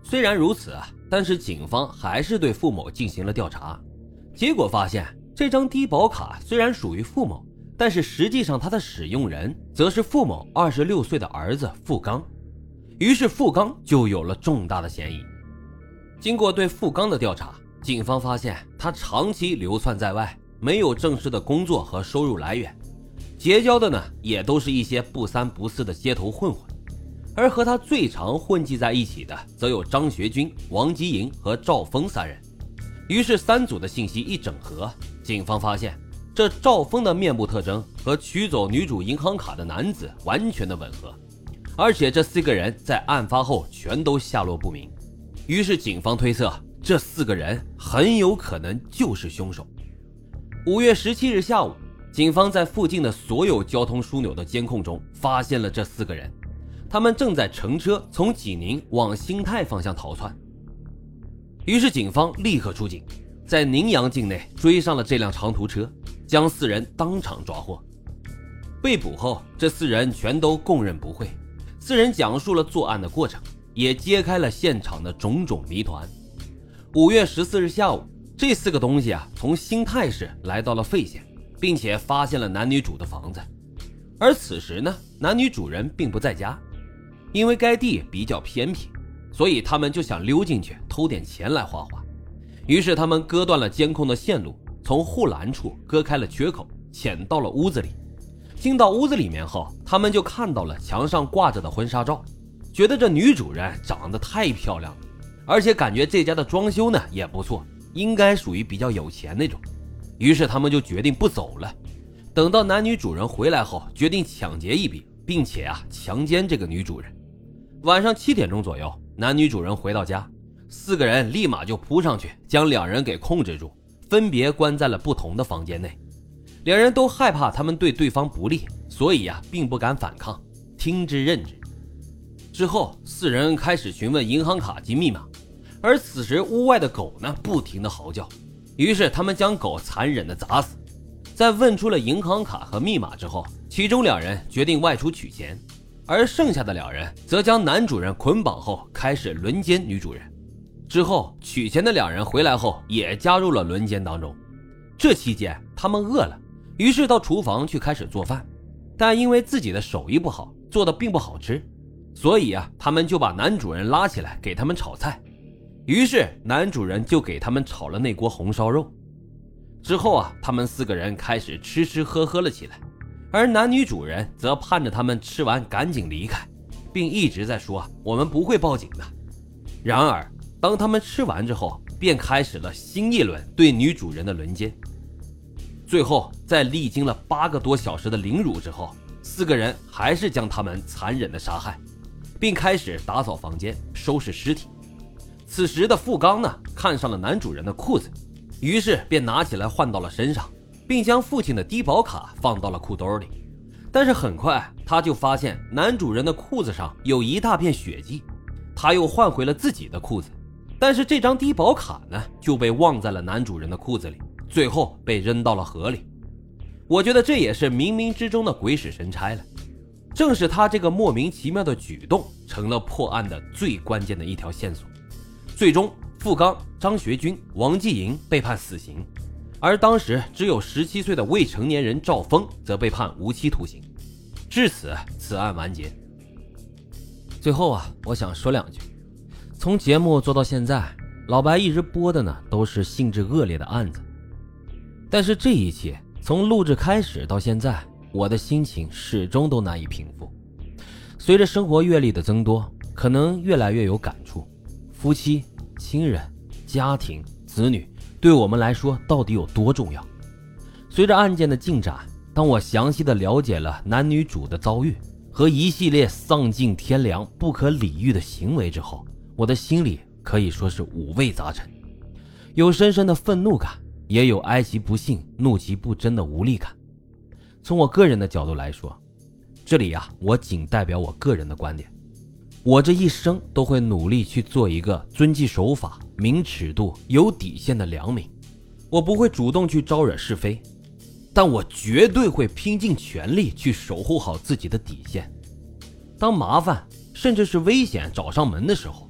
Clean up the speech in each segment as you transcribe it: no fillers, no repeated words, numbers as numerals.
虽然如此但是警方还是对付某进行了调查，结果发现这张低保卡虽然属于付某，但是实际上它的使用人则是付某26岁的儿子付刚。于是付刚就有了重大的嫌疑。经过对付刚的调查，警方发现他长期流窜在外，没有正式的工作和收入来源，结交的呢也都是一些不三不四的街头混混，而和他最常混迹在一起的则有张学军、王吉营和赵峰三人。于是三组的信息一整合，警方发现这赵峰的面部特征和取走女主银行卡的男子完全的吻合，而且这4个人在案发后全都下落不明。于是警方推测这4个人很有可能就是凶手。5月17日下午，警方在附近的所有交通枢纽的监控中发现了这4个人，他们正在乘车从济宁往新泰方向逃窜。于是警方立刻出警，在宁阳境内追上了这辆长途车，将4人当场抓获。被捕后，这4人全都供认不讳，4人讲述了作案的过程，也揭开了现场的种种谜团。5月14日下午，这4个东西从新泰市来到了费县，并且发现了男女主的房子。而此时呢，男女主人并不在家，因为该地比较偏僻，所以他们就想溜进去偷点钱来花花。于是他们割断了监控的线路，从护栏处割开了缺口，潜到了屋子里。进到屋子里面后，他们就看到了墙上挂着的婚纱照，觉得这女主人长得太漂亮了，而且感觉这家的装修呢也不错，应该属于比较有钱那种。于是他们就决定不走了，等到男女主人回来后，决定抢劫一笔，并且强奸这个女主人。晚上7点钟左右，男女主人回到家，4个人立马就扑上去，将2人给控制住，分别关在了不同的房间内。2人都害怕他们对对方不利，所以并不敢反抗，听之任之。之后4人开始询问银行卡及密码，而此时屋外的狗呢不停地嚎叫，于是他们将狗残忍地砸死。在问出了银行卡和密码之后，其中2人决定外出取钱，而剩下的2人则将男主人捆绑后开始轮奸女主人。之后取钱的2人回来后也加入了轮奸当中。这期间他们饿了，于是到厨房去开始做饭，但因为自己的手艺不好，做的并不好吃，所以他们就把男主人拉起来给他们炒菜。于是男主人就给他们炒了那锅红烧肉。之后他们4个人开始吃吃喝喝了起来，而男女主人则盼着他们吃完赶紧离开，并一直在说我们不会报警的。然而当他们吃完之后，便开始了新一轮对女主人的轮奸。最后在历经了8个多小时的凌辱之后，4个人还是将他们残忍的杀害，并开始打扫房间收拾尸体。此时的付刚呢看上了男主人的裤子，于是便拿起来换到了身上，并将父亲的低保卡放到了裤兜里。但是很快他就发现男主人的裤子上有一大片血迹，他又换回了自己的裤子，但是这张低保卡呢就被忘在了男主人的裤子里，最后被扔到了河里。我觉得这也是冥冥之中的鬼使神差了，正是他这个莫名其妙的举动成了破案的最关键的一条线索。最终付刚、张学军、王继营被判死刑，而当时只有17岁的未成年人赵峰则被判无期徒刑。至此此案完结。最后我想说2句。从节目做到现在，老白一直播的呢都是性质恶劣的案子，但是这一期从录制开始到现在，我的心情始终都难以平复。随着生活阅历的增多，可能越来越有感触，夫妻、亲人、家庭、子女对我们来说到底有多重要。随着案件的进展，当我详细的了解了男女主的遭遇和一系列丧尽天良、不可理喻的行为之后，我的心里可以说是五味杂陈，有深深的愤怒感，也有哀其不幸、怒其不争的无力感。从我个人的角度来说，这里我仅代表我个人的观点。我这一生都会努力去做一个遵纪守法、明尺度、有底线的良民。我不会主动去招惹是非，但我绝对会拼尽全力去守护好自己的底线。当麻烦甚至是危险找上门的时候，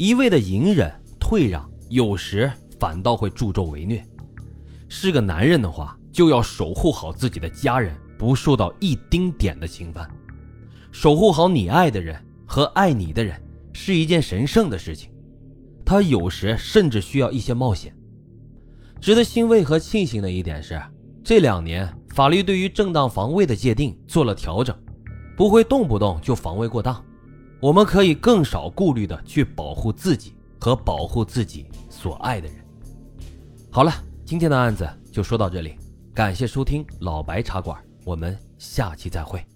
一味的隐忍退让，有时反倒会助纣为虐。是个男人的话，就要守护好自己的家人，不受到一丁点的侵犯。守护好你爱的人和爱你的人是一件神圣的事情，他有时甚至需要一些冒险。值得欣慰和庆幸的一点是，这2年法律对于正当防卫的界定做了调整，不会动不动就防卫过当，我们可以更少顾虑的去保护自己和保护自己所爱的人。好了，今天的案子就说到这里，感谢收听老白茶馆，我们下期再会。